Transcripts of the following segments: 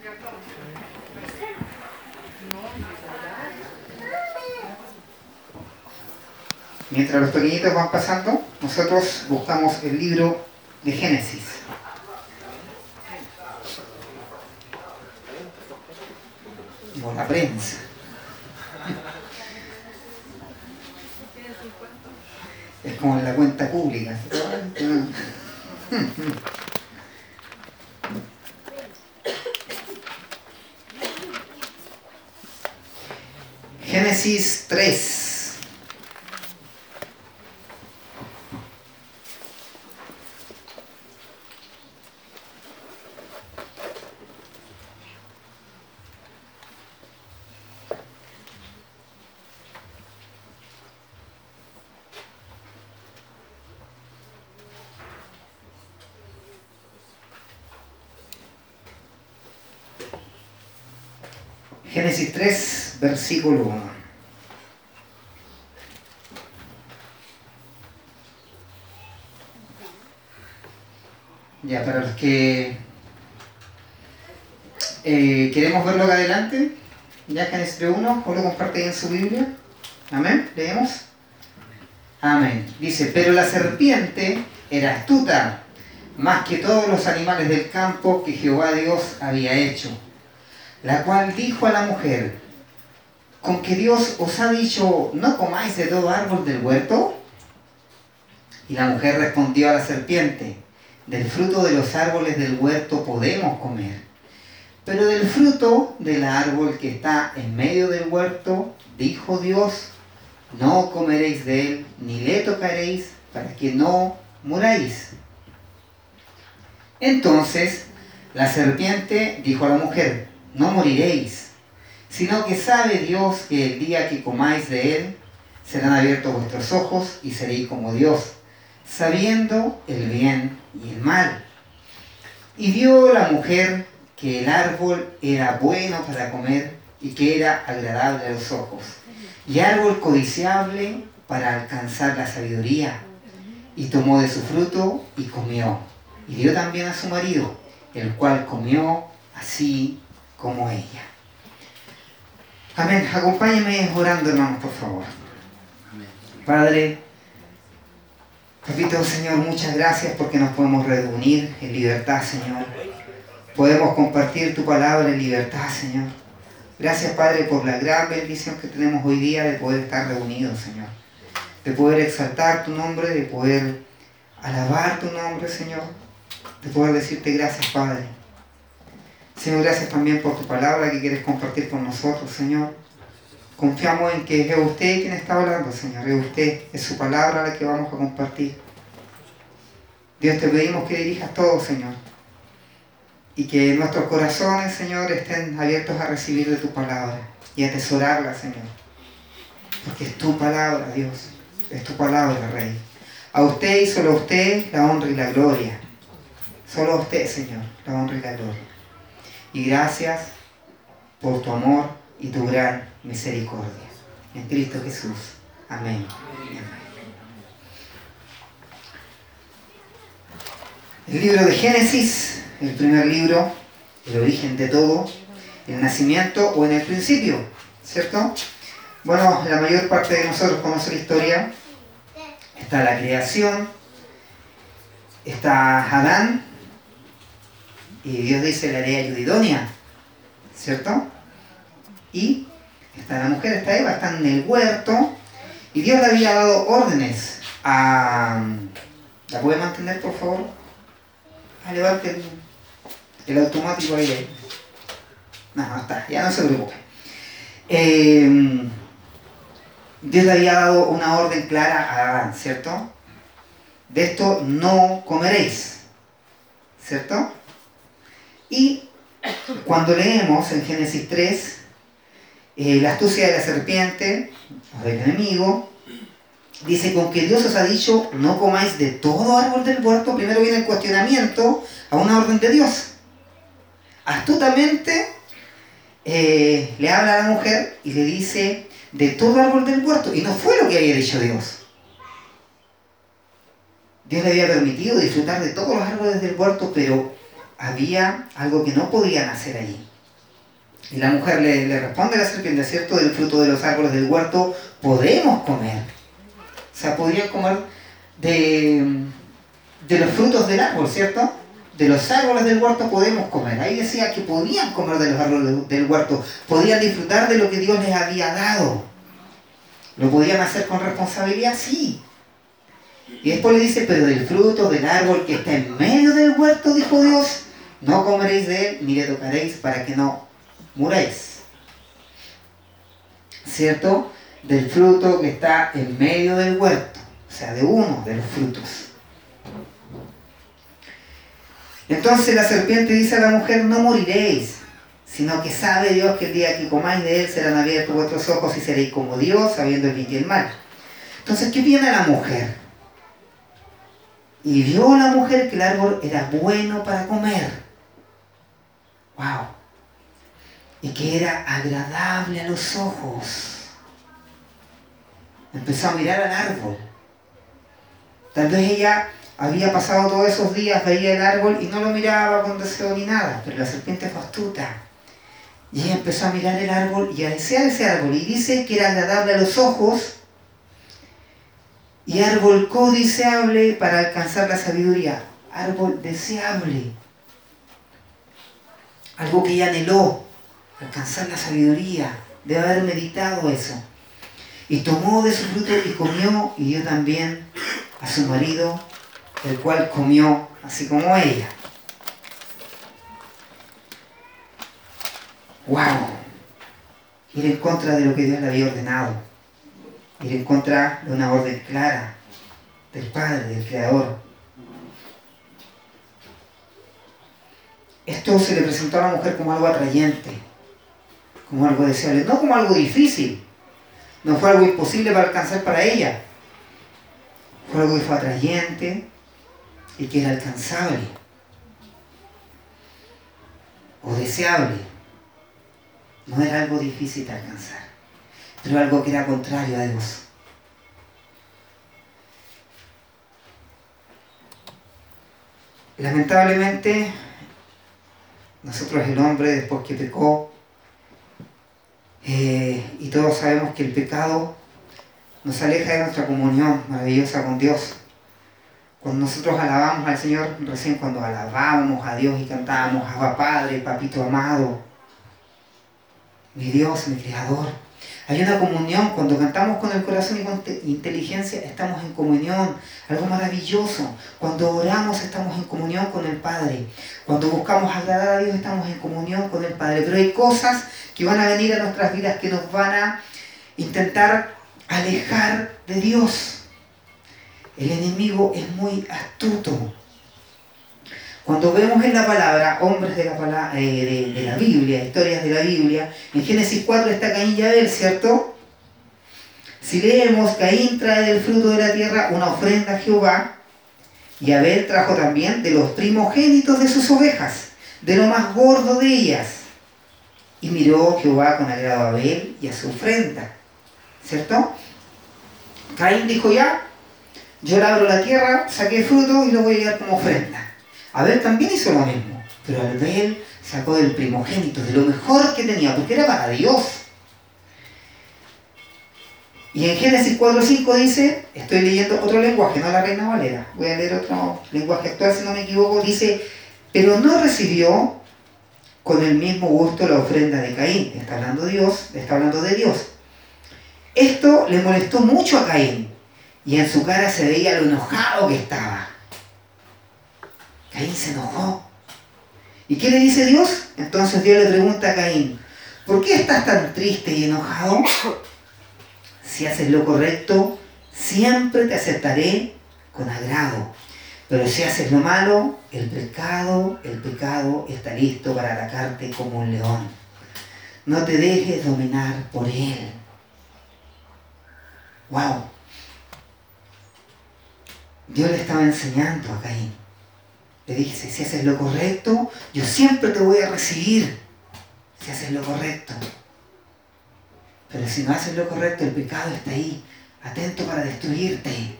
Mientras los pequeñitos van pasando, nosotros buscamos el libro de Génesis. O la prensa. Es como en la cuenta pública. Génesis 3. Génesis 3, versículo 1. Ya, para los que queremos verlo acá adelante, ya Génesis 3:1, o lo comparte ahí en su Biblia. Amén, leemos. Amén. Dice, pero la serpiente era astuta, más que todos los animales del campo que Jehová Dios había hecho, la cual dijo a la mujer, ¿con que Dios os ha dicho, no comáis de todo árbol del huerto? Y la mujer respondió a la serpiente, del fruto de los árboles del huerto podemos comer, pero del fruto del árbol que está en medio del huerto, dijo Dios, no comeréis de él, ni le tocaréis, para que no muráis. Entonces la serpiente dijo a la mujer, no moriréis, sino que sabe Dios que el día que comáis de él, serán abiertos vuestros ojos y seréis como Dios, sabiendo el bien y el mal. Y vio la mujer que el árbol era bueno para comer y que era agradable a los ojos, y árbol codiciable para alcanzar la sabiduría, y tomó de su fruto y comió, y dio también a su marido, el cual comió así como ella. Amén. Acompáñenme orando, hermanos, por favor. Padre, repito, Señor, muchas gracias porque nos podemos reunir en libertad, Señor. Podemos compartir tu palabra en libertad, Señor. Gracias, Padre, por la gran bendición que tenemos hoy día de poder estar reunidos, Señor. De poder exaltar tu nombre, de poder alabar tu nombre, Señor. De poder decirte gracias, Padre. Señor, gracias también por tu palabra que quieres compartir con nosotros, Señor. Confiamos en que es usted quien está hablando, Señor. Es usted, es su palabra la que vamos a compartir. Dios, te pedimos que dirijas todo, Señor. Y que nuestros corazones, Señor, estén abiertos a recibir de tu palabra y a atesorarla, Señor. Porque es tu palabra, Dios. Es tu palabra, Rey. A usted y solo a usted la honra y la gloria. Solo a usted, Señor, la honra y la gloria. Y gracias por tu amor y tu gran misericordia. En Cristo Jesús. Amén. Amén. El libro de Génesis, el primer libro, el origen de todo, el nacimiento o en el principio, ¿cierto? Bueno, la mayor parte de nosotros conoce la historia. Está la creación, está Adán, y Dios dice la haré ayuda idónea, ¿cierto? Y está la mujer, está Eva, están en el huerto, y Dios le había dado órdenes a... ¿La puede mantener, por favor? Levante el automático ahí. No está, ya no se preocupe. Dios le había dado una orden clara a Adán, ¿cierto? De esto no comeréis, ¿cierto? Y cuando leemos en Génesis 3, la astucia de la serpiente, o del enemigo, dice, con que Dios os ha dicho, no comáis de todo árbol del huerto. Primero viene el cuestionamiento a una orden de Dios. Astutamente le habla a la mujer y le dice, de todo árbol del huerto. Y no fue lo que había dicho Dios. Dios le había permitido disfrutar de todos los árboles del huerto, pero había algo que no podían hacer allí. Y la mujer le responde a la serpiente, ¿cierto? Del fruto de los árboles del huerto podemos comer. O sea, podían comer de los frutos del árbol, ¿cierto? De los árboles del huerto podemos comer. Ahí decía que podían comer de los árboles del huerto, podían disfrutar de lo que Dios les había dado. ¿Lo podían hacer con responsabilidad? Sí. Y después le dice, pero del fruto del árbol que está en medio del huerto, dijo Dios, no comeréis de él ni le tocaréis para que no muráis. ¿Cierto? Del fruto que está en medio del huerto, o sea, de uno de los frutos. Entonces la serpiente dice a la mujer, no moriréis, sino que sabe Dios que el día que comáis de él serán abiertos vuestros ojos y seréis como Dios, sabiendo el bien y el mal. Entonces, ¿qué viene la mujer? Y vio la mujer que el árbol era bueno para comer. ¡Wow! Y que era agradable a los ojos. Empezó a mirar al árbol. Tal vez ella había pasado todos esos días, veía el árbol y no lo miraba con deseo ni nada, pero la serpiente fue astuta. Y ella empezó a mirar el árbol y a desear ese árbol. Y dice que era agradable a los ojos y árbol codiciable para alcanzar la sabiduría. Árbol deseable. Algo que ella anheló, alcanzar la sabiduría. Debe haber meditado eso. Y tomó de su fruto y comió, y dio también a su marido, el cual comió así como ella. ¡Wow! Ir en contra de lo que Dios le había ordenado. Ir en contra de una orden clara del Padre, del Creador. Esto se le presentó a la mujer como algo atrayente, como algo deseable, no como algo difícil. No fue algo imposible para alcanzar para ella. Fue algo que fue atrayente y que era alcanzable o deseable. No era algo difícil de alcanzar, pero algo que era contrario a Dios. Lamentablemente, nosotros el hombre, después que pecó, y todos sabemos que el pecado nos aleja de nuestra comunión maravillosa con Dios. Cuando nosotros alabamos al Señor, recién cuando alabábamos a Dios y cantábamos, Abba Padre, Papito amado, mi Dios, mi Creador. Hay una comunión, cuando cantamos con el corazón y con inteligencia, estamos en comunión, algo maravilloso. Cuando oramos, estamos en comunión con el Padre. Cuando buscamos agradar a Dios, estamos en comunión con el Padre. Pero hay cosas que van a venir a nuestras vidas que nos van a intentar alejar de Dios. El enemigo es muy astuto. Cuando vemos en la palabra, hombres de la Biblia, historias de la Biblia, en Génesis 4 está Caín y Abel, ¿cierto? Si leemos, Caín trae del fruto de la tierra una ofrenda a Jehová, y Abel trajo también de los primogénitos de sus ovejas, de lo más gordo de ellas. Y miró Jehová con agrado a Abel y a su ofrenda, ¿cierto? Caín dijo ya, yo labro la tierra, saqué fruto y lo voy a llevar como ofrenda. Abel también hizo lo mismo, pero Abel sacó del primogénito, de lo mejor que tenía, porque era para Dios. Y en Génesis 4:5 dice, estoy leyendo otro lenguaje, no la Reina Valera, voy a leer otro lenguaje actual si no me equivoco, dice, pero no recibió con el mismo gusto la ofrenda de Caín. Está hablando de Dios. Esto le molestó mucho a Caín, y en su cara se veía lo enojado que estaba. Caín se enojó. ¿Y qué le dice Dios? Entonces Dios le pregunta a Caín, ¿por qué estás tan triste y enojado? Si haces lo correcto, siempre te aceptaré con agrado. Pero si haces lo malo, el pecado está listo para atacarte como un león. No te dejes dominar por él. ¡Wow! Dios le estaba enseñando a Caín. Le dije, si haces lo correcto, yo siempre te voy a recibir. Si haces lo correcto. Pero si no haces lo correcto, el pecado está ahí, atento para destruirte.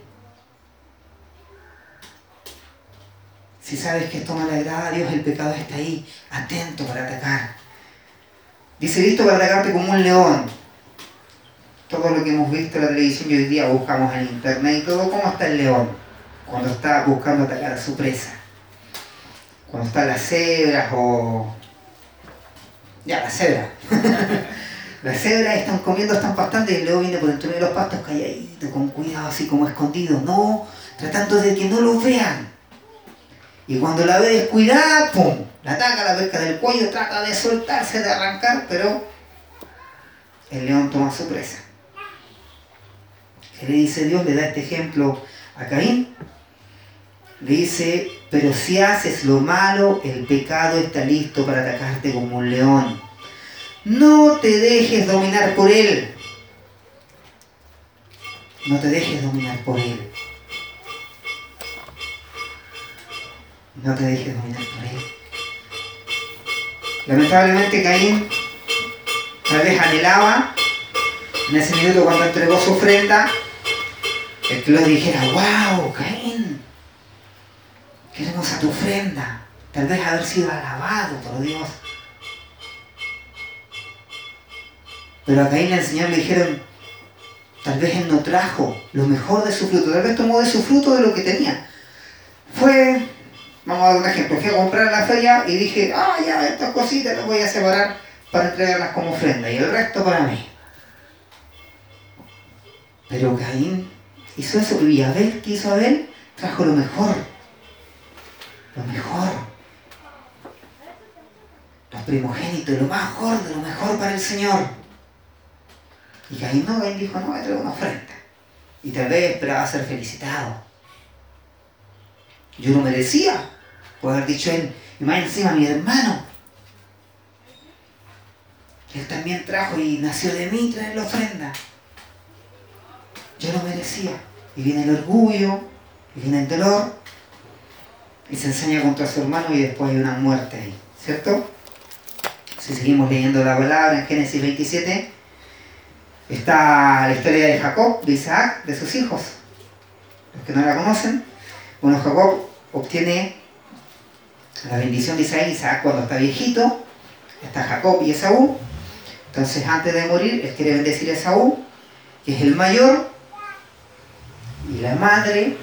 Si sabes que esto no le agrada a Dios, el pecado está ahí, atento para atacar. Dice, listo para atacarte como un león. Todo lo que hemos visto en la televisión y hoy día buscamos en internet y todo, ¿cómo está el león? Cuando está buscando atacar a su presa. Cuando están las cebras o... Ya, las cebras. Las cebras están comiendo, están pastando y el león viene por entre medio de los pastos calladito, con cuidado, así como escondido. No, tratando de que no lo vean. Y cuando la ve descuidada, ¡pum! La ataca, la pesca del cuello, trata de soltarse, de arrancar, pero el león toma su presa. ¿Qué le dice Dios? Le da este ejemplo a Caín. Le dice, pero si haces lo malo, el pecado está listo para atacarte como un león. No te dejes dominar por él. No te dejes dominar por él. No te dejes dominar por él. Lamentablemente Caín tal vez anhelaba en ese minuto cuando entregó su ofrenda el que lo dijera, wow, Caín, qué hermosa tu ofrenda. Tal vez haber sido alabado por Dios. Pero a Caín el Señor le dijeron, tal vez él no trajo lo mejor de su fruto, tal vez tomó de su fruto de lo que tenía. Vamos a dar un ejemplo, fui a comprar en la feria y dije, ya, estas cositas las voy a separar para entregarlas como ofrenda y el resto para mí. Pero Caín hizo eso y Abel, ¿qué hizo Abel? Trajo lo mejor. Lo mejor. Los primogénitos, lo mejor de lo mejor para el Señor. Y Caín no, Caín dijo, no, voy a traer una ofrenda. Y tal vez esperaba ser felicitado. Yo no merecía, puede haber dicho él, y más encima mi hermano. Él también trajo y nació de mí traer la ofrenda. Yo no merecía. Y viene el orgullo, y viene el dolor, y se ensaña contra su hermano y después hay una muerte ahí, ¿cierto? Si seguimos leyendo la palabra en Génesis 27, está la historia de Jacob, de Isaac, de sus hijos. Los que no la conocen, bueno, Jacob obtiene la bendición de Isaac. Isaac cuando está viejito, está Jacob y Esaú. Entonces antes de morir, él quiere bendecir a Esaú, que es el mayor, y la madre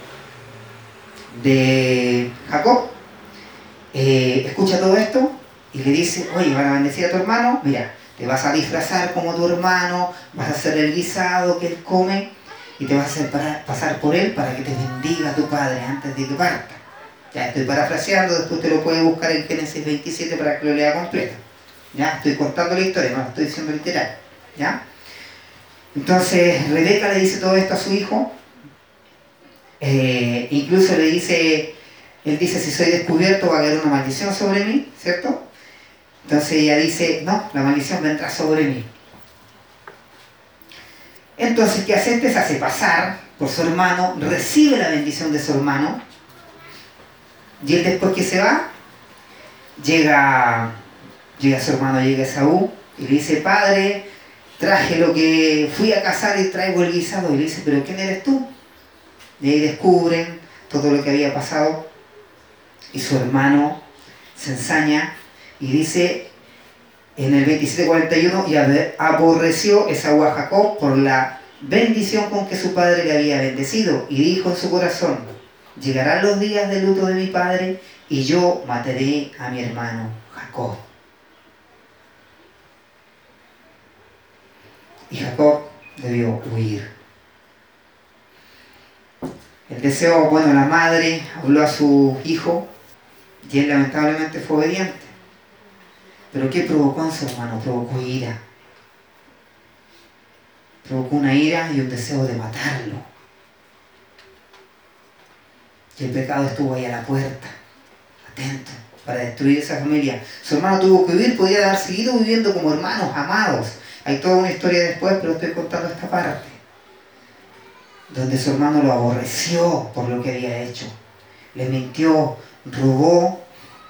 de Jacob escucha todo esto y le dice, oye, van a bendecir a tu hermano, mira, te vas a disfrazar como tu hermano, vas a hacer el guisado que él come y te vas a hacer pasar por él para que te bendiga tu padre antes de que parta. Ya estoy parafraseando, después te lo puedes buscar en Génesis 27 para que lo lea completo. Ya estoy contando la historia, no lo estoy diciendo literal. ¿Ya? Entonces Rebeca le dice todo esto a su hijo. Incluso le dice, él dice, si soy descubierto va a caer una maldición sobre mí, ¿cierto? Entonces ella dice, no, la maldición vendrá sobre mí. Entonces, ¿qué hace este? Se hace pasar por su hermano, recibe la bendición de su hermano, y él después que se va, llega su hermano, llega Esaú, y le dice, padre, traje lo que fui a cazar y traigo el guisado. Y le dice, ¿pero quién eres tú? Y ahí descubren todo lo que había pasado, y su hermano se ensaña, y dice en el 27:41, y aborreció Esaú a Jacob por la bendición con que su padre le había bendecido, y dijo en su corazón, llegarán los días de luto de mi padre, y yo mataré a mi hermano Jacob. Y Jacob debió huir. El deseo, bueno, la madre habló a su hijo, y él lamentablemente fue obediente. Pero ¿qué provocó en su hermano? Provocó ira. Provocó una ira y un deseo de matarlo. Y el pecado estuvo ahí a la puerta, atento, para destruir esa familia. Su hermano tuvo que huir, podía haber seguido viviendo como hermanos amados. Hay toda una historia después, pero estoy contando esta parte. Donde su hermano lo aborreció por lo que había hecho. Le mintió, robó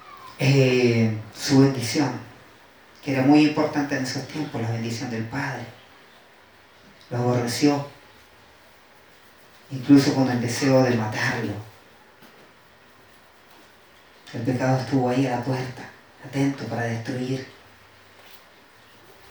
su bendición, que era muy importante en esos tiempos, la bendición del Padre. Lo aborreció, incluso con el deseo de matarlo. El pecado estuvo ahí a la puerta, atento para destruir.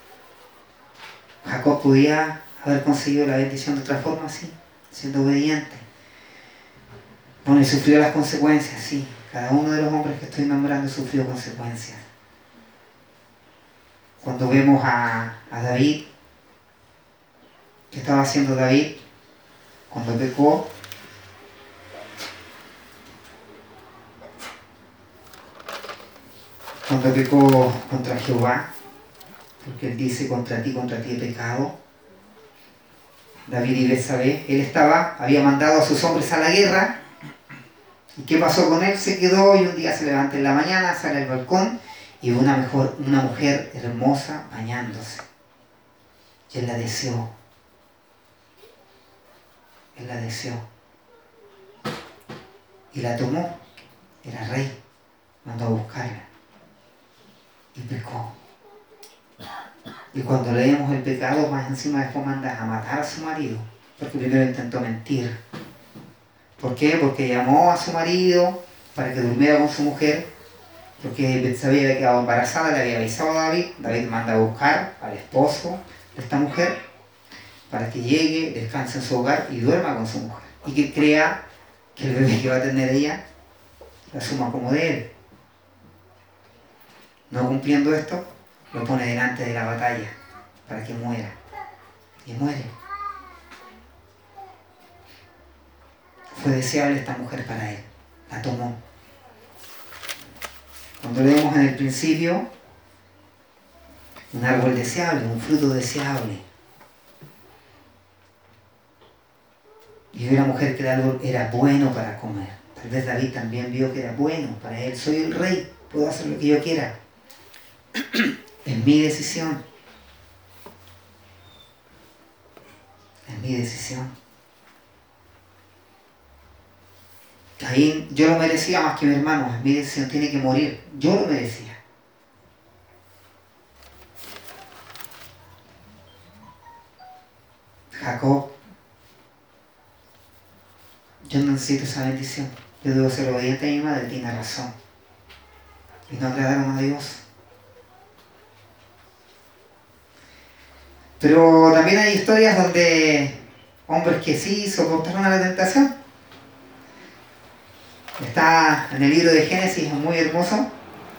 Jacob podía haber conseguido la bendición de otra forma, sí, siendo obediente. Bueno, y sufrió las consecuencias, sí. Cada uno de los hombres que estoy nombrando sufrió consecuencias. Cuando vemos a David, ¿qué estaba haciendo David cuando pecó? Cuando pecó contra Jehová, porque él dice, contra ti he pecado. David y Betsabé, él había mandado a sus hombres a la guerra. ¿Y qué pasó con él? Se quedó y un día se levanta en la mañana, sale al balcón y ve una mujer hermosa bañándose. Y él la deseó. Él la deseó. Y la tomó. Era rey. Mandó a buscarla. Y pecó. Y cuando leemos el pecado, más encima después manda a matar a su marido. Porque primero intentó mentir. ¿Por qué? Porque llamó a su marido para que durmiera con su mujer. Porque Betsabé había quedado embarazada, le había avisado a David. David manda a buscar al esposo de esta mujer para que llegue, descanse en su hogar y duerma con su mujer. Y que crea que el bebé que va a tener ella lo asuma como de él. No cumpliendo esto, lo pone delante de la batalla para que muera. Y muere. Fue deseable esta mujer para él. La tomó. Cuando leemos en el principio, un árbol deseable, un fruto deseable. Y vio una mujer que el árbol era bueno para comer. Tal vez David también vio que era bueno para él. Soy el rey, puedo hacer lo que yo quiera. Es mi decisión. Es mi decisión. Caín, yo lo merecía más que mi hermano. Es mi decisión, tiene que morir. Yo lo merecía. Jacob, yo no necesito esa bendición. Yo debo ser obediente a mi madre, tiene razón. Y no agradaron a Dios. Pero también hay historias donde hombres que sí soportaron a la tentación. Está en el libro de Génesis, es muy hermoso.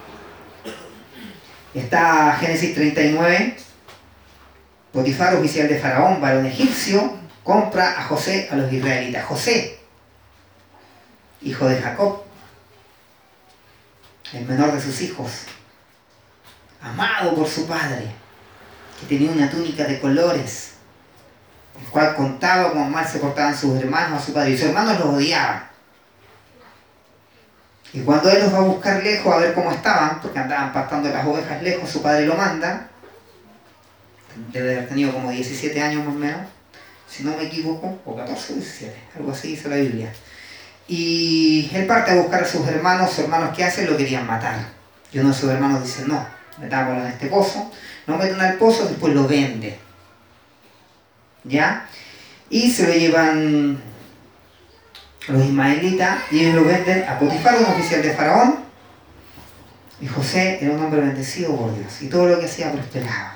Está Génesis 39. Potifar, oficial de Faraón, varón egipcio, compra a José a los israelitas. José, hijo de Jacob, el menor de sus hijos, amado por su padre, que tenía una túnica de colores, el cual contaba cómo mal se portaban sus hermanos a su padre, y sus hermanos los odiaban. Y cuando él los va a buscar lejos a ver cómo estaban, porque andaban pastando las ovejas lejos, su padre lo manda. Debe haber tenido como 17 años más o menos, si no me equivoco, o 14 o 17, algo así dice la Biblia. Y él parte a buscar a sus hermanos ¿qué hacen? Lo querían matar. Y uno de sus hermanos dice, no, metámoslo en este pozo, no meten al pozo, después lo venden. ¿Ya? Y se lo llevan los ismaelitas y ellos lo venden a Potifar, un oficial de Faraón. Y José era un hombre bendecido por Dios y todo lo que hacía prosperaba.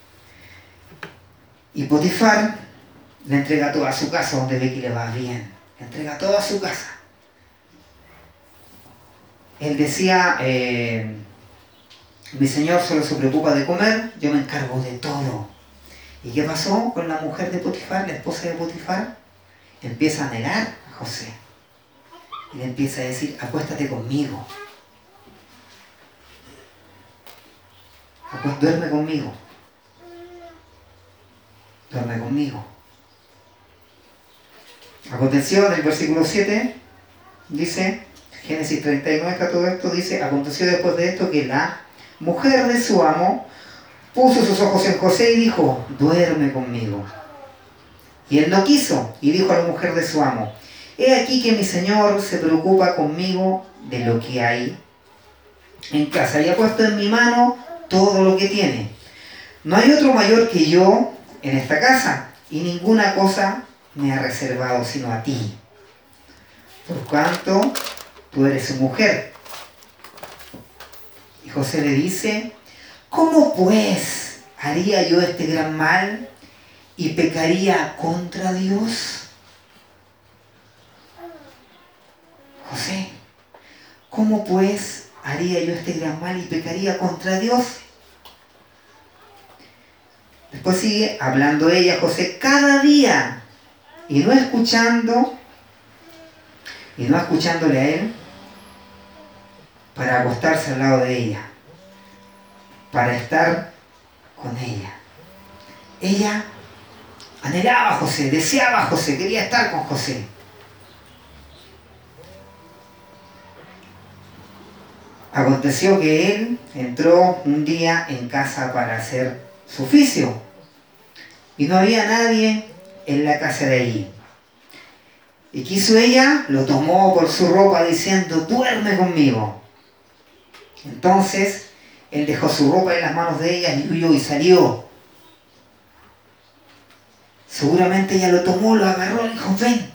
Y Potifar le entrega toda su casa donde ve que le va bien. Le entrega toda su casa. Él decía, mi señor solo se preocupa de comer, yo me encargo de todo. ¿Y qué pasó con la mujer de Potifar, la esposa de Potifar? Empieza a negar a José. Y le empieza a decir, acuéstate conmigo. Duerme conmigo. Duerme conmigo. A continuación, el versículo 7 dice, Génesis 39 está todo esto, dice, aconteció después de esto que la mujer de su amo puso sus ojos en José y dijo, duerme conmigo. Y él no quiso, y dijo a la mujer de su amo, he aquí que mi señor se preocupa conmigo de lo que hay en casa, y ha puesto en mi mano todo lo que tiene. No hay otro mayor que yo en esta casa, y ninguna cosa me ha reservado sino a ti, por cuanto tú eres su mujer. Y José le dice, ¿cómo pues haría yo este gran mal y pecaría contra Dios? José, ¿cómo pues haría yo este gran mal y pecaría contra Dios? Después sigue hablando ella, José, cada día, y no escuchándole a él, para acostarse al lado de ella, para estar con ella. Ella anhelaba a José, deseaba a José, quería estar con José. Aconteció que él entró un día en casa para hacer su oficio y no había nadie en la casa de allí. Y quiso ella, lo tomó por su ropa diciendo, duerme conmigo. Entonces él dejó su ropa en las manos de ella y huyó y salió. Seguramente ella lo tomó, lo agarró y dijo, ven.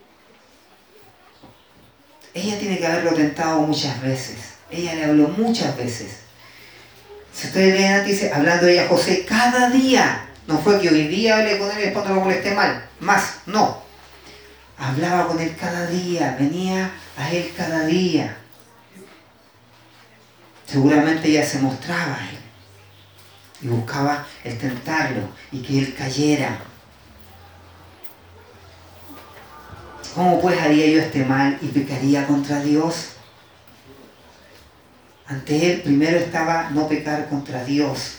Ella tiene que haberlo tentado muchas veces. Ella le habló muchas veces. Si ustedes leen antes, dice, hablando ella a José cada día. No fue que hoy día hablé con él y después no lo molesté mal. Más, no. Hablaba con él cada día, venía a él cada día. Seguramente ella se mostraba a él y buscaba el tentarlo y que él cayera. ¿Cómo pues haría yo este mal y pecaría contra Dios? Ante él primero estaba no pecar contra Dios.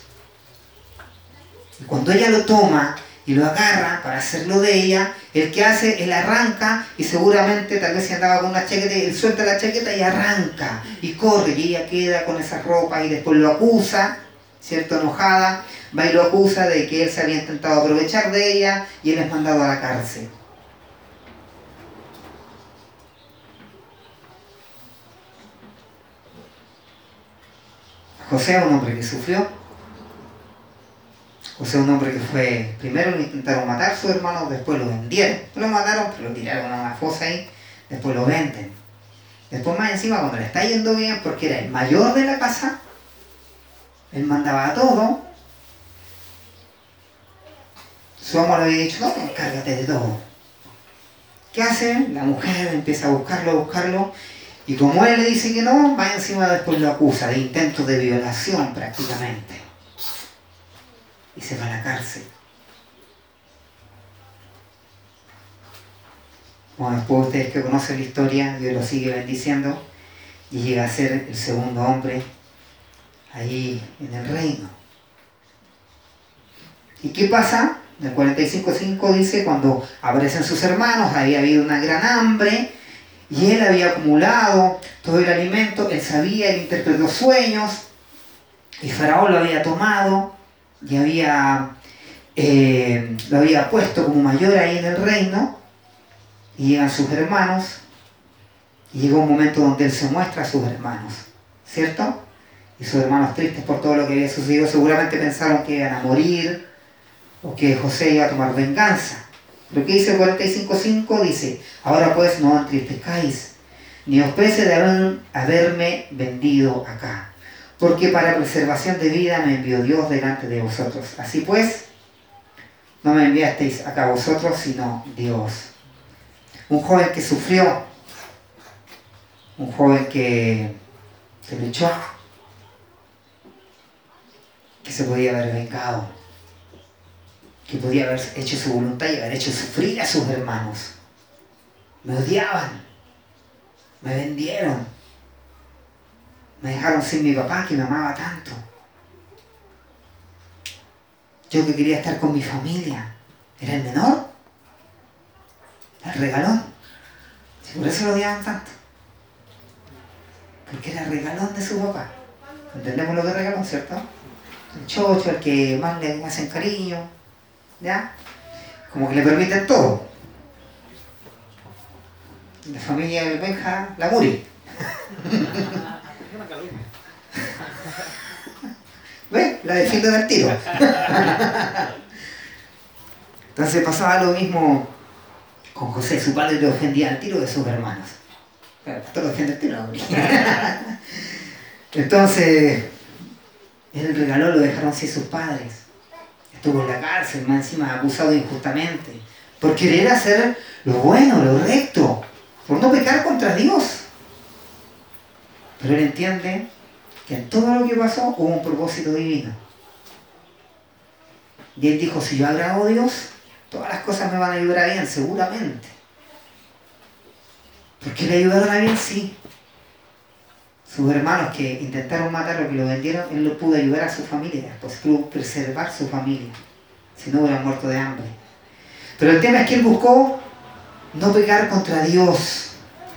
Y cuando ella lo toma y lo agarra para hacerlo de ella, el que hace, él arranca y seguramente tal vez si andaba con una chaqueta, él suelta la chaqueta y arranca y corre y ella queda con esa ropa y después lo acusa, ¿cierto? Enojada, va y lo acusa de que él se había intentado aprovechar de ella y él es mandado a la cárcel. José es un hombre que sufrió. José es un hombre que fue, primero lo intentaron matar sus hermanos, después lo vendieron. Lo mataron, pero lo tiraron a una fosa ahí, después lo venden. Después más encima, cuando le está yendo bien, porque era el mayor de la casa, él mandaba a todo. Su amo le había dicho, no, encárgate de todo. ¿Qué hace? La mujer empieza a buscarlo, y como él le dice que no, más encima después lo acusa de intento de violación prácticamente. Y se va a la cárcel. Bueno, después ustedes que conocen la historia, Dios lo sigue bendiciendo y llega a ser el segundo hombre ahí en el reino. ¿Y qué pasa? En el 45:5 dice, cuando aparecen sus hermanos, había habido una gran hambre y él había acumulado todo el alimento, él sabía, él interpretó sueños y Faraón lo había tomado y lo había puesto como mayor ahí en el reino. Y llegan sus hermanos y llega un momento donde él se muestra a sus hermanos, ¿cierto? Y sus hermanos, tristes por todo lo que había sucedido, seguramente pensaron que iban a morir o que José iba a tomar venganza. Lo que dice el 45:5 dice, ahora pues no entristezcáis, ni os pese de haberme vendido acá, porque para preservación de vida me envió Dios delante de vosotros. Así pues, no me enviasteis acá vosotros, sino Dios. Un joven que sufrió, un joven que luchó, que se podía haber vengado, que podía haber hecho su voluntad y haber hecho sufrir a sus hermanos. Me odiaban, me vendieron, me dejaron sin mi papá que me amaba tanto. Yo que quería estar con mi familia, era el menor, el regalón. Si por eso lo odiaban tanto, porque era el regalón de su papá. Entendemos lo que es regalón, ¿cierto? El chocho, el que más le hacen cariño, ¿ya? Como que le permiten todo. La familia del Benja, la Muri. ¿Ves? La defienden al tiro. Entonces pasaba lo mismo con José. Su padre le ofendía al tiro de sus hermanos. Claro, todo lo defiende al tiro, la Muri. Entonces, él regaló, lo dejaron sin sus padres. estuvo en la cárcel, más encima acusado injustamente, por querer hacer lo bueno, lo recto, por no pecar contra Dios. Pero él entiende que en todo lo que pasó hubo un propósito divino. Y él dijo, si yo agrado a Dios, todas las cosas me van a ayudar a bien, seguramente. ¿Por qué le ayudaron a bien? Sí. Sus hermanos que intentaron matarlo, que lo vendieron, él lo pudo ayudar a su familia, pues pudo preservar su familia. Si no, hubieran muerto de hambre. Pero el tema es que él buscó no pecar contra Dios.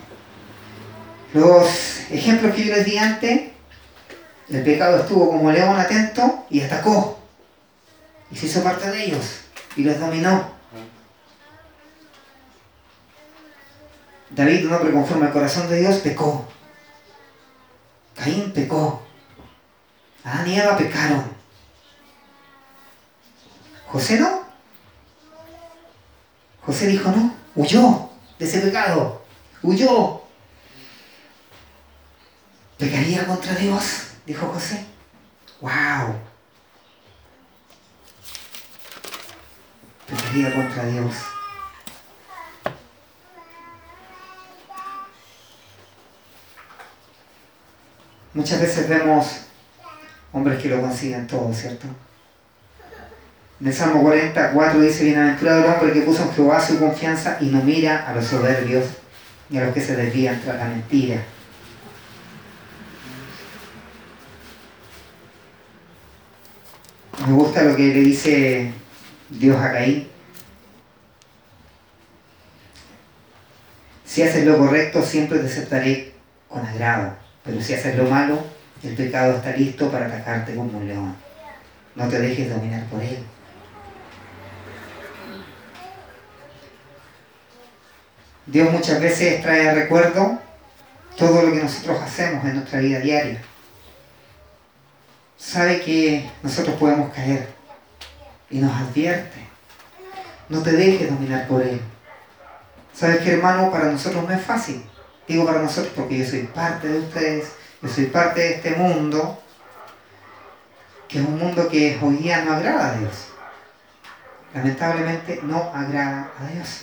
Los ejemplos que yo les di antes, el pecado estuvo como león atento y atacó. Y se hizo parte de ellos y los dominó. David, un hombre conforme al corazón de Dios, pecó. Caín pecó. Adán y Eva pecaron. José no. José dijo no, huyó de ese pecado. Huyó. ¿Pecaría contra Dios? Dijo José. ¡Wow! Pecaría contra Dios. Muchas veces vemos hombres que lo consiguen todo, ¿cierto? En el Salmo 44 dice, bienaventurado el hombre que puso en Jehová su confianza y no mira a los soberbios ni a los que se desvían tras la mentira. Me gusta lo que le dice Dios a Caín. Si haces lo correcto, siempre te aceptaré con agrado. Pero si haces lo malo, el pecado está listo para atacarte como un león. No te dejes dominar por él. Dios muchas veces trae a recuerdo todo lo que nosotros hacemos en nuestra vida diaria. Sabe que nosotros podemos caer y nos advierte. No te dejes dominar por él. ¿Sabes qué, hermano? Para nosotros no es fácil. Digo para nosotros porque yo soy parte de ustedes, yo soy parte de este mundo, que es un mundo que hoy día no agrada a Dios. Lamentablemente no agrada a Dios.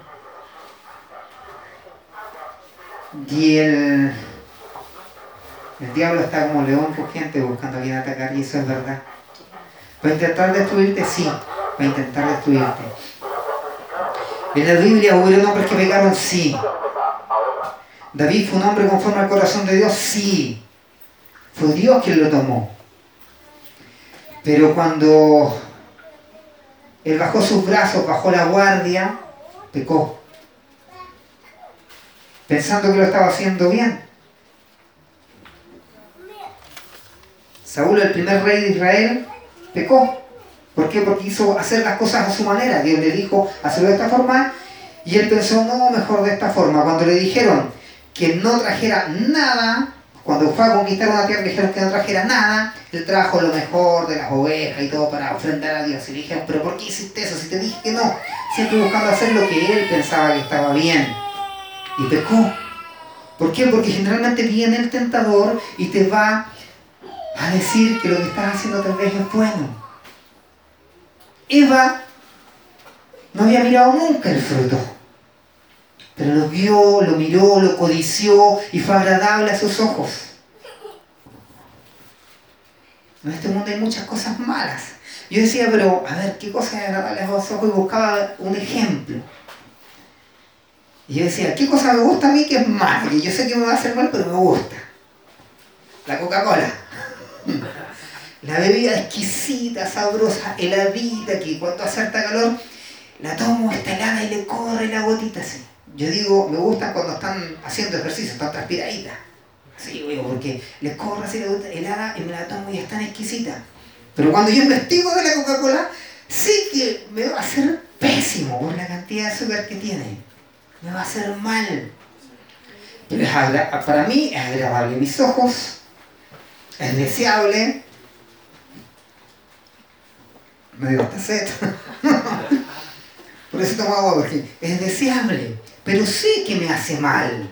Y el diablo está como león rugiente buscando a quien atacar, y eso es verdad. ¿Va a intentar destruirte? Sí, va a intentar destruirte. En la Biblia hubo hombres que pecaron, sí. David fue un hombre conforme al corazón de Dios, sí. Fue Dios quien lo tomó. Pero cuando él bajó sus brazos, bajó la guardia, pecó. Pensando que lo estaba haciendo bien. Saúl, el primer rey de Israel, pecó. ¿Por qué? Porque quiso hacer las cosas a su manera. Dios le dijo, hacerlo de esta forma, y él pensó, no, mejor de esta forma. Cuando le dijeron que no trajera nada, cuando fue a conquistar una tierra, le dijeron que no trajera nada, él trajo lo mejor de las ovejas y todo para ofrendar a Dios. Y le dijeron, pero ¿por qué hiciste eso? Si te dije que no. Siempre buscando hacer lo que él pensaba que estaba bien. Y pecó. ¿Por qué? Porque generalmente viene el tentador y te va a decir que lo que estás haciendo tal vez es bueno. Eva no había mirado nunca el fruto, pero lo vio, lo miró, lo codició y fue agradable a sus ojos. En este mundo hay muchas cosas malas. Yo decía, pero a ver, ¿qué cosa es agradable a los ojos? Y buscaba un ejemplo. Y yo decía, ¿qué cosa me gusta a mí que es mala? Que yo sé que me va a hacer mal, pero me gusta. La Coca-Cola. La bebida exquisita, sabrosa, heladita, que cuando hace harta calor, la tomo, está helada y le corre la gotita así. Yo digo, me gustan cuando están haciendo ejercicio, están transpiraditas. Así, digo, porque les corre así la gotita helada y me la tomo y es tan exquisita. Pero cuando yo investigo de la Coca-Cola, sí que me va a hacer pésimo por la cantidad de azúcar que tiene. Me va a hacer mal. Pero para mí es agradable a mis ojos, es deseable. Me dio hasta sed. Por eso tomo agua, porque es deseable. Pero sé que me hace mal.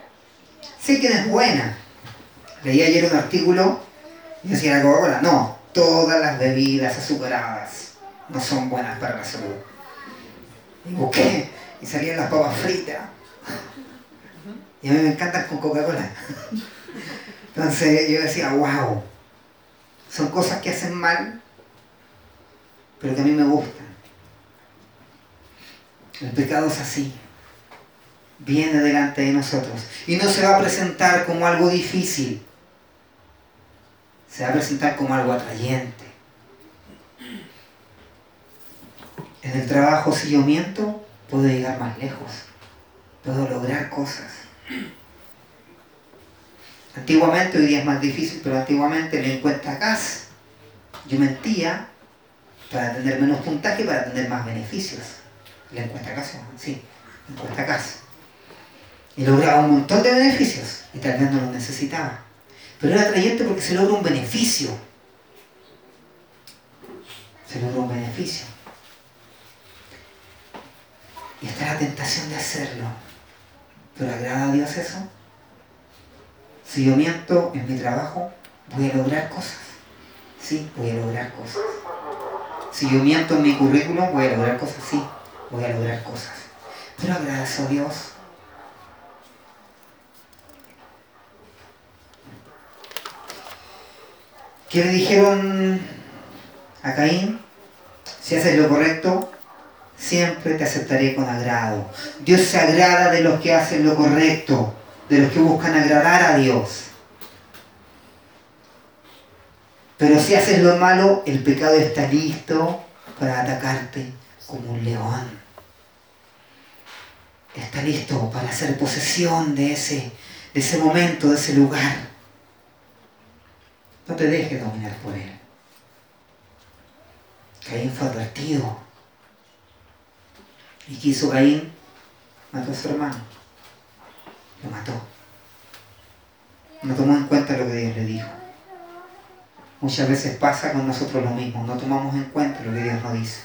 Sé que no es buena. Leí ayer un artículo y decía la Coca-Cola. No, todas las bebidas azucaradas no son buenas para la salud. Y busqué y salían las papas fritas. Y a mí me encantan con Coca-Cola. Entonces yo decía, wow, son cosas que hacen mal, pero que a mí me gustan. El pecado es así. Viene delante de nosotros. Y no se va a presentar como algo difícil. Se va a presentar como algo atrayente. En el trabajo, si yo miento, puedo llegar más lejos. Puedo lograr cosas. Antiguamente, hoy día es más difícil, pero antiguamente en cuentacás yo mentía para tener menos puntaje, para tener más beneficios. La encuentacás, sí, encuentacás. Y lograba un montón de beneficios y tal vez no los necesitaba. Pero era atrayente porque se logra un beneficio. Se logra un beneficio. Y está la tentación de hacerlo. ¿Pero agrada a Dios eso? Si yo miento en mi trabajo, voy a lograr cosas. Sí, voy a lograr cosas. Si yo miento en mi currículum, voy a lograr cosas. Sí, voy a lograr cosas. Pero agrada eso a Dios. ¿Qué le dijeron a Caín? Si haces lo correcto, siempre te aceptaré con agrado. Dios se agrada de los que hacen lo correcto, de los que buscan agradar a Dios. Pero si haces lo malo, el pecado está listo para atacarte como un león. Está listo para hacer posesión de ese momento, de ese lugar. No te dejes dominar por él. Caín fue advertido. ¿Y qué hizo Caín? Mató a su hermano. Lo mató. No tomó en cuenta lo que Dios le dijo. Muchas veces pasa con nosotros lo mismo. No tomamos en cuenta lo que Dios nos dice.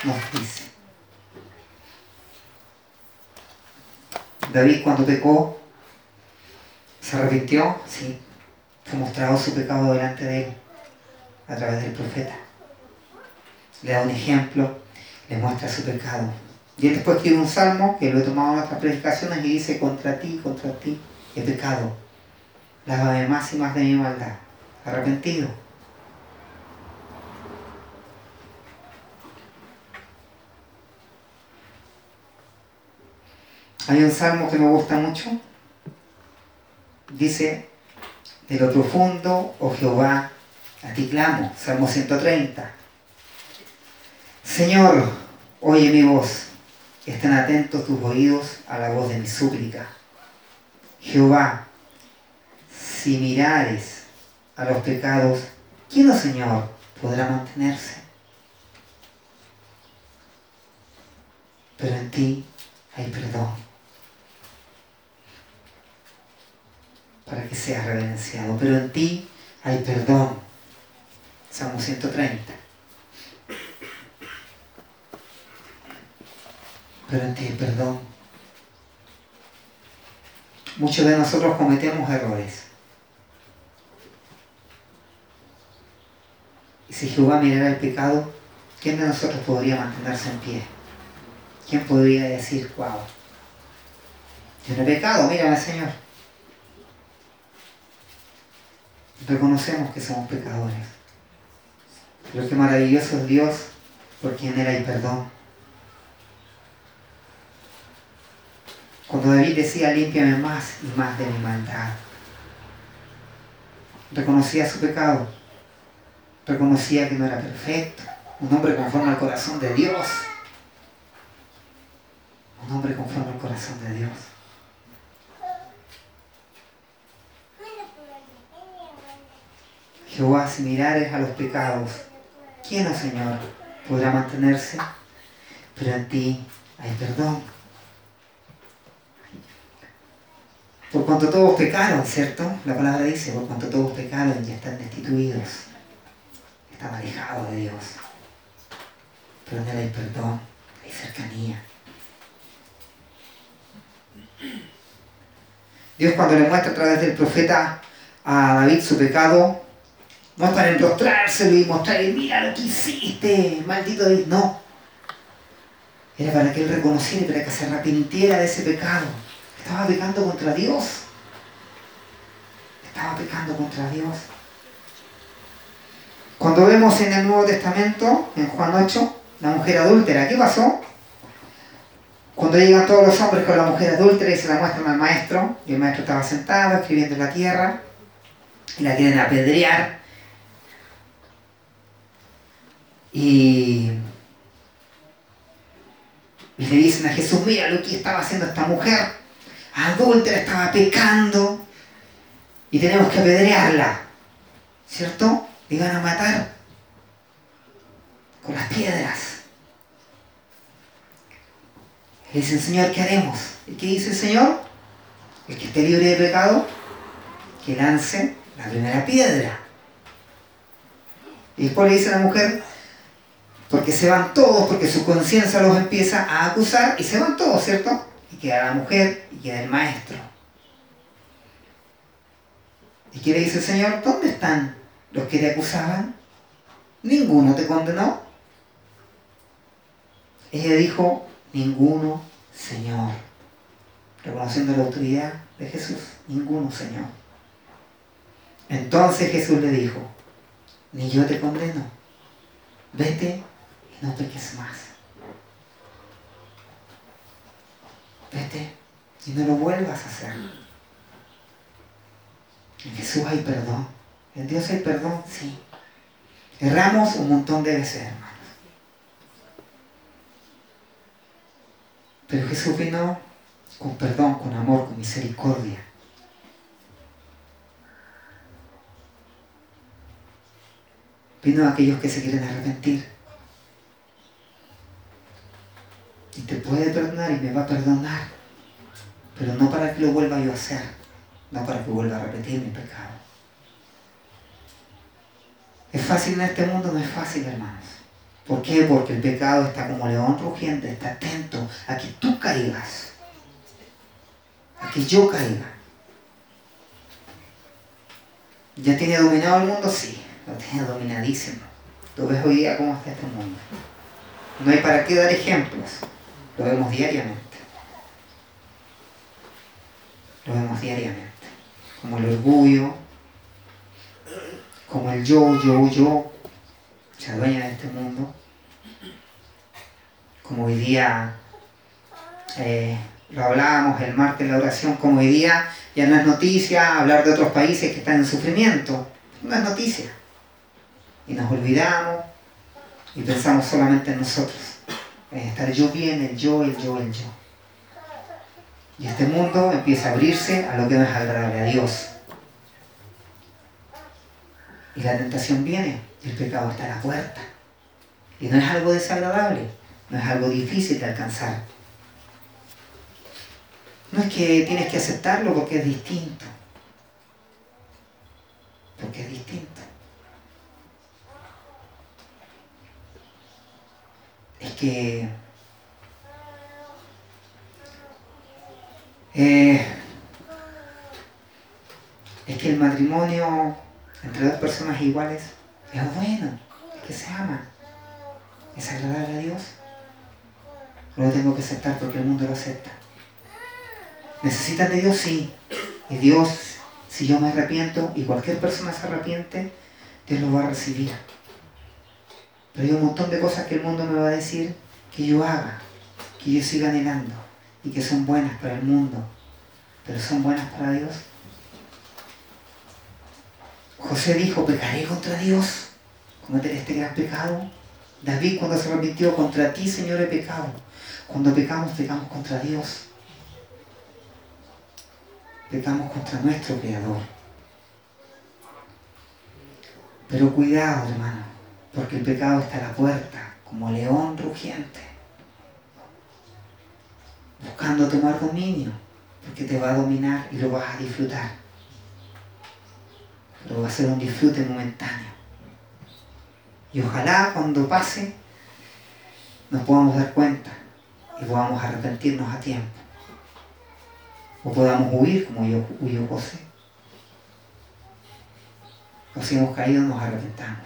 David, cuando pecó, se arrepintió. Sí. Fue mostrado su pecado delante de él a través del profeta. Le da un ejemplo, le muestra su pecado. Y él después escribe un salmo que lo he tomado en otras predicaciones y dice: contra ti he pecado. Lávame más y más de mi maldad. Arrepentido. Hay un salmo que me gusta mucho. Dice: de lo profundo, oh Jehová, a ti clamo. Salmo 130. Señor, oye mi voz. Estén atentos tus oídos a la voz de mi súplica. Jehová, si mirares a los pecados, ¿quién, oh Señor, podrá mantenerse? Pero en ti hay perdón, para que seas reverenciado. Pero en ti hay perdón. Salmo 130. Pero en ti hay perdón. Muchos de nosotros cometemos errores. Y si Jehová mirara el pecado, ¿quién de nosotros podría mantenerse en pie? ¿Quién podría decir: wow, yo no he pecado, mírame, Señor? Reconocemos que somos pecadores. Pero qué maravilloso es Dios, por quien Él hay perdón. Cuando David decía: límpiame más y más de mi maldad, reconocía su pecado, reconocía que no era perfecto, un hombre conforme al corazón de Dios, un hombre conforme al corazón de Dios. Jehová, si mirares a los pecados, ¿quién, oh Señor, podrá mantenerse? Pero en ti hay perdón. Por cuanto todos pecaron, ¿cierto? La palabra dice: por cuanto todos pecaron y están destituidos, están alejados de Dios. Pero en Él hay perdón, hay cercanía. Dios, cuando le muestra a través del profeta a David su pecado, No es para enrostrárselo y mostrarle, mira lo que hiciste, maldito David. No. Era para que él reconociera y para que se arrepintiera de ese pecado. Estaba pecando contra Dios. Estaba pecando contra Dios. Cuando vemos en el Nuevo Testamento, en Juan 8, la mujer adúltera, ¿qué pasó? Cuando llegan todos los hombres con la mujer adúltera y se la muestran al maestro, y el maestro estaba sentado escribiendo en la tierra, y la quieren apedrear, y le dicen a Jesús, mira lo que estaba haciendo esta mujer, adúltera, estaba pecando, y tenemos que apedrearla, ¿cierto? Le iban a matar con las piedras. Le dicen, Señor, ¿qué haremos? ¿Y qué dice el Señor? El que esté libre de pecado, que lance la primera piedra. Y después le dice a la mujer, porque se van todos, porque su conciencia los empieza a acusar, y se van todos, ¿cierto? Y queda la mujer y queda el maestro. ¿Y qué le dice el Señor? ¿Dónde están los que te acusaban? ¿Ninguno te condenó? Ella dijo, ninguno, Señor. Reconociendo la autoridad de Jesús. Ninguno, Señor. Entonces Jesús le dijo, ni yo te condeno. Vete y no peques más. Vete y no lo vuelvas a hacer. En Jesús hay perdón. En Dios hay perdón, sí. Erramos un montón de veces, hermanos. Pero Jesús vino con perdón, con amor, con misericordia. Vino a aquellos que se quieren arrepentir. Y te puede perdonar y me va a perdonar. Pero no para que lo vuelva yo a hacer. No para que vuelva a repetir mi pecado. ¿Es fácil en este mundo? No es fácil, hermanos. ¿Por qué? Porque el pecado está como león rugiente, está atento a que tú caigas. A que yo caiga. ¿Ya tiene dominado el mundo? Sí, lo tiene dominadísimo. Lo ves hoy día cómo está este mundo. No hay para qué dar ejemplos. Lo vemos diariamente. Lo vemos diariamente. Como el orgullo, como el yo, se adueña de este mundo. Como hoy día, lo hablábamos el martes en la oración, como hoy día ya no es noticia hablar de otros países que están en sufrimiento. No es noticia. Y nos olvidamos y pensamos solamente en nosotros. En estar yo bien, el yo. Y este mundo empieza a abrirse a lo que no es agradable a Dios. Y la tentación viene, y el pecado está a la puerta. Y no es algo desagradable, no es algo difícil de alcanzar. No es que tienes que aceptarlo porque es distinto. Porque es distinto. Es que el matrimonio entre dos personas iguales es bueno, es que se aman, es agradable a Dios. No lo tengo que aceptar porque el mundo lo acepta. ¿Necesitan de Dios? Sí. Y Dios, si yo me arrepiento y cualquier persona se arrepiente, Dios lo va a recibir. Pero hay un montón de cosas que el mundo me va a decir que yo haga, que yo siga anhelando y que son buenas para el mundo, pero son buenas para Dios. José dijo, pecaré contra Dios, cometeré este gran pecado. David cuando se arrepintió, contra ti, Señor, he pecado. Cuando pecamos contra Dios. Pecamos contra nuestro Creador. Pero cuidado, hermano, porque el pecado está a la puerta, como león rugiente, buscando tomar dominio, porque te va a dominar y lo vas a disfrutar. Pero va a ser un disfrute momentáneo. Y ojalá cuando pase nos podamos dar cuenta y podamos arrepentirnos a tiempo. O podamos huir como huyó José. o si hemos caído, nos arrepentamos.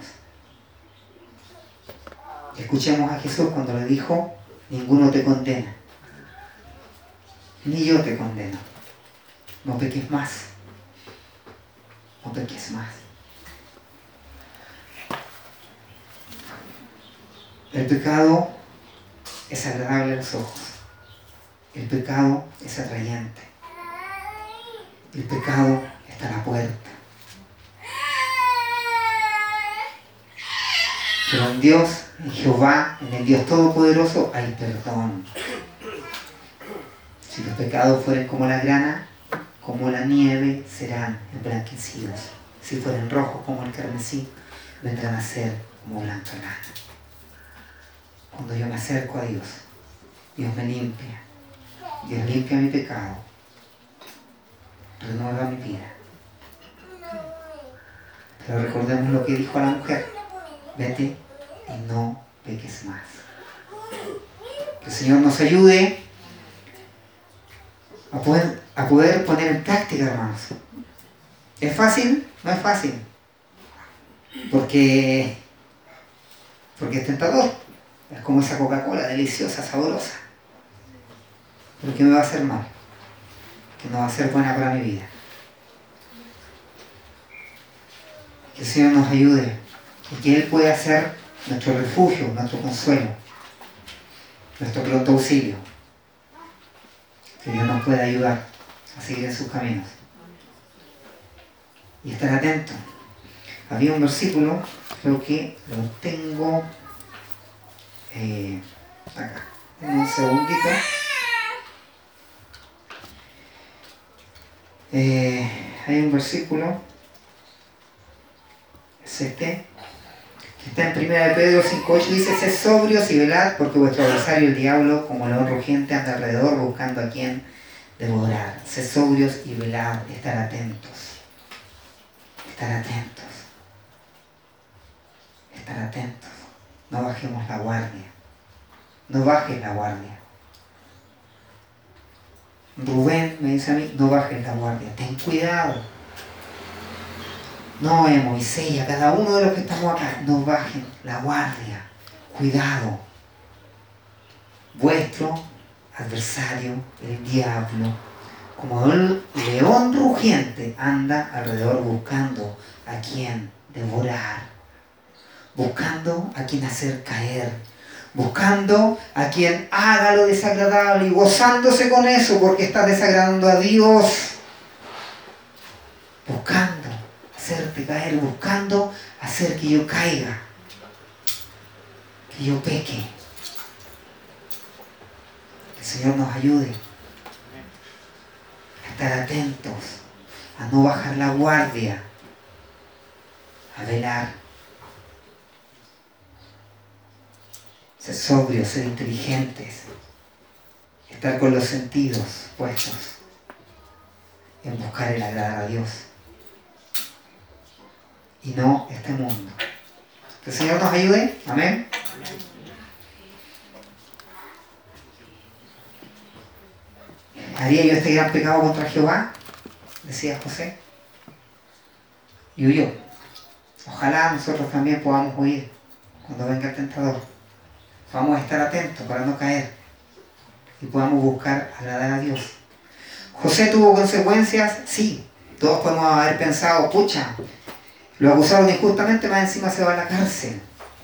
Escuchemos a Jesús cuando le dijo: ninguno te condena, ni yo te condeno. No peques más, no peques más. El pecado es agradable a los ojos. El pecado es atrayente. El pecado está a la puerta. Pero en Dios, en Jehová, en el Dios Todopoderoso, hay perdón. Si los pecados fueren como la grana, como la nieve, serán emblanquecidos. Si fueren rojos como el carmesí, vendrán a ser como blanca lana. Cuando yo me acerco a Dios, Dios me limpia. Dios limpia mi pecado. Renueva mi vida. Pero recordemos lo que dijo a la mujer: vete y no peques más. Que el Señor nos ayude a poder poner en práctica, hermanos. ¿Es fácil? No es fácil. Porque es tentador. Es como esa Coca-Cola deliciosa, sabrosa. Pero que me va a hacer mal. Que no va a ser buena para mi vida. Que el Señor nos ayude. Y que Él pueda ser nuestro refugio, nuestro consuelo, nuestro pronto auxilio. Que Dios nos pueda ayudar a seguir en sus caminos. Y estar atentos. Había un versículo, creo que lo tengo acá. Un segundito. Hay un versículo, es este, que está en 1 Pedro 5:8, dice: sed sobrios y velad, porque vuestro adversario el diablo, como león rugiente, anda alrededor buscando a quien devorar. Sed sobrios y velad, estar atentos. Estar atentos. Estar atentos. No bajemos la guardia. No bajes la guardia. Rubén me dice a mí: no bajes la guardia, ten cuidado. No, Moisés y a cada uno de los que estamos acá, no bajen la guardia. Cuidado. Vuestro adversario, el diablo, como un león rugiente, anda alrededor buscando a quien devorar, buscando a quien hacer caer, buscando a quien haga lo desagradable y gozándose con eso porque está desagradando a Dios, buscando hacerte caer, buscando hacer que yo caiga, que yo peque. Que el Señor nos ayude a estar atentos, a no bajar la guardia, a velar, ser sobrios, ser inteligentes, estar con los sentidos puestos en buscar el agradar a Dios y no este mundo. Que el Señor nos ayude. Amén. ¿Haría yo este gran pecado contra Jehová?, decía José, y huyó. Ojalá nosotros también podamos huir cuando venga el tentador. Vamos a estar atentos para no caer y podamos buscar agradar a Dios. ¿José tuvo consecuencias? Sí. Todos podemos haber pensado: pucha, lo acusaron injustamente, más encima se va a la cárcel.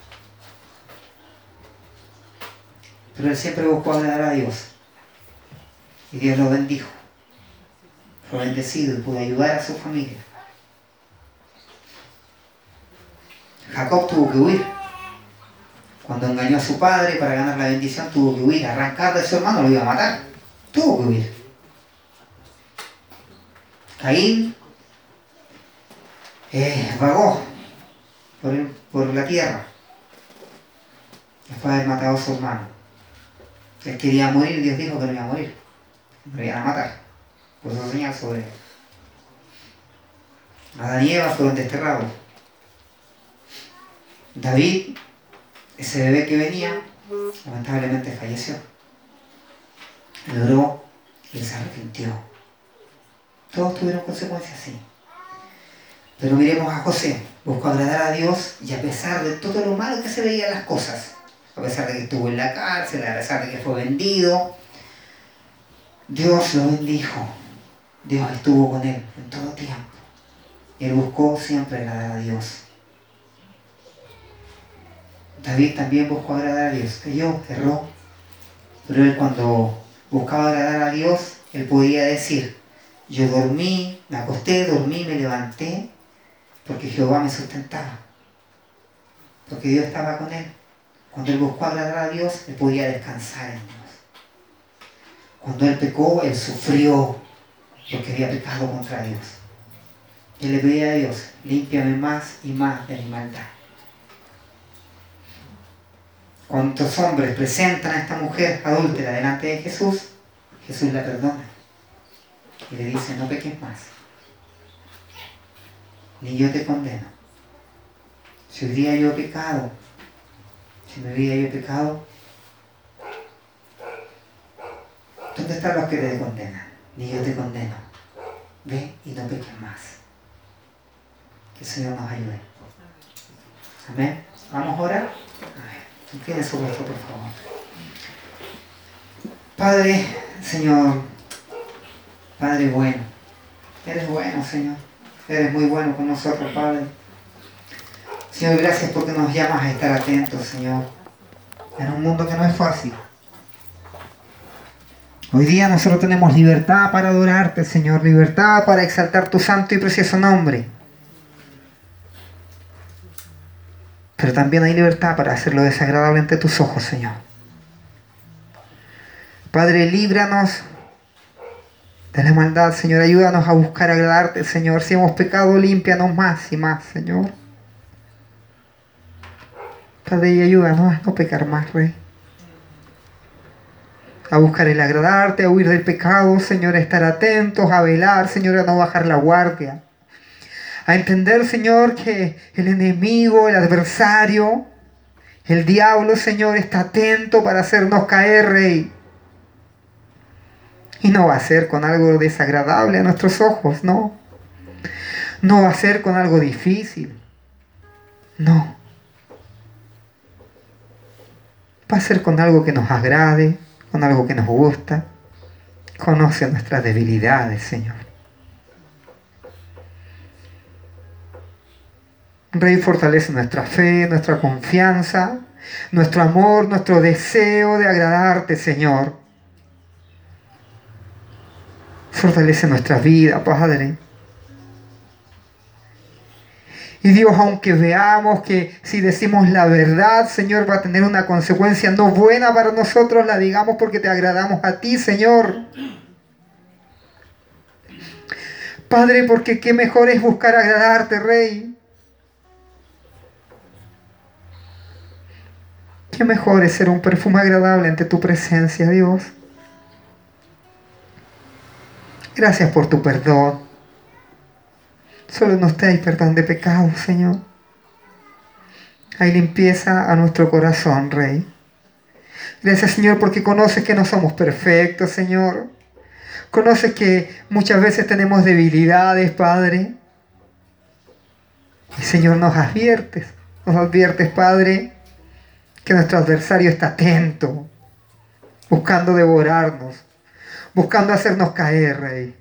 Pero él siempre buscó agradar a Dios. Y Dios lo bendijo. Fue bendecido y pudo ayudar a su familia. Jacob tuvo que huir. Cuando engañó a su padre para ganar la bendición, tuvo que huir, arrancar de su hermano, lo iba a matar. Tuvo que huir. Caín vagó por la tierra después de haber matado a su hermano. Él quería morir, Dios dijo que no iba a morir, lo iban a matar. Por eso señal sobre él. Adán y Eva fueron desterrados. David, ese bebé que venía, lamentablemente falleció. Lloró y se arrepintió. Todos tuvieron consecuencias, sí. Pero miremos a José. buscó agradar a Dios y a pesar de todo lo malo que se veían las cosas, a pesar de que estuvo en la cárcel, a pesar de que fue vendido, Dios lo bendijo. Dios estuvo con él en todo tiempo. Y él buscó siempre agradar a Dios. David también buscó agradar a Dios. Cayó, erró. Pero él cuando buscaba agradar a Dios, él podía decir, yo dormí, me acosté, dormí, me levanté, porque Jehová me sustentaba. Porque Dios estaba con él. Cuando él buscó agradar a Dios, él podía descansar en Dios. Cuando él pecó, él sufrió porque había pecado contra Dios. Y él le pedía a Dios, límpiame más y más de mi maldad. ¿Cuántos hombres presentan a esta mujer adúltera delante de Jesús? Jesús la perdona. Y le dice, no peques más. Ni yo te condeno. Si hoy día yo he pecado, ¿dónde están los que te condenan? Ni yo te condeno. Ve y no peques más. Que el Señor nos ayude. Amén. ¿Vamos a orar? Amén. Incline su rostro, por favor. Padre, Señor, Padre bueno. Eres bueno, Señor. Eres muy bueno con nosotros, Padre. Señor, gracias porque nos llamas a estar atentos, Señor. En un mundo que no es fácil. Hoy día nosotros tenemos libertad para adorarte, Señor. Libertad para exaltar tu santo y precioso nombre. Pero también hay libertad para hacerlo desagradable ante tus ojos, Señor. Padre, líbranos de la maldad, Señor. Ayúdanos a buscar agradarte, Señor. Si hemos pecado, límpianos más y más, Señor. Padre, y ayúdanos a no pecar más, Rey. A buscar el agradarte, a huir del pecado, Señor, a estar atentos, a velar, Señor, a no bajar la guardia. A entender, Señor, que el enemigo, el adversario, el diablo, Señor, está atento para hacernos caer, Rey. Y no va a ser con algo desagradable a nuestros ojos, no. No va a ser con algo difícil. No. Va a ser con algo que nos agrade, con algo que nos gusta. Conoce nuestras debilidades, Señor. Rey, fortalece nuestra fe, nuestra confianza, nuestro amor, nuestro deseo de agradarte, Señor. Fortalece nuestra vida, Padre. Y Dios, aunque veamos que si decimos la verdad, Señor, va a tener una consecuencia no buena para nosotros, la digamos porque te agradamos a ti, Señor. Padre, porque qué mejor es buscar agradarte, Rey. Qué mejor es ser un perfume agradable ante tu presencia, Dios. Gracias por tu perdón. Solo en usted hay perdón de pecados, Señor. Hay limpieza a nuestro corazón, Rey. Gracias, Señor, porque conoces que no somos perfectos, Señor. Conoces que muchas veces tenemos debilidades, Padre. Y, Señor, nos adviertes, Padre, que nuestro adversario está atento, buscando devorarnos, buscando hacernos caer, Rey.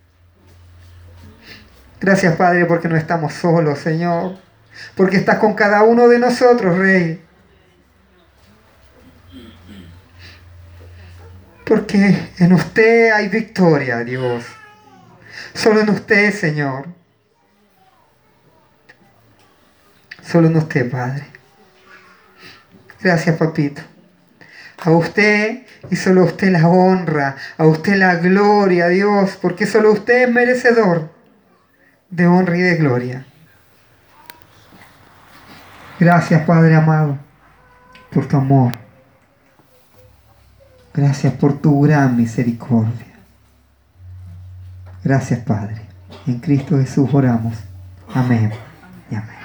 Gracias, Padre, porque no estamos solos, Señor, porque estás con cada uno de nosotros, Rey. Porque en usted hay victoria, Dios. Solo en usted, Señor. Solo en usted, Padre. Gracias, Papito. A usted y solo a usted la honra, a usted la gloria, Dios, porque solo usted es merecedor de honra y de gloria. Gracias, Padre amado, por tu amor. Gracias por tu gran misericordia. Gracias, Padre. En Cristo Jesús oramos. Amén y amén.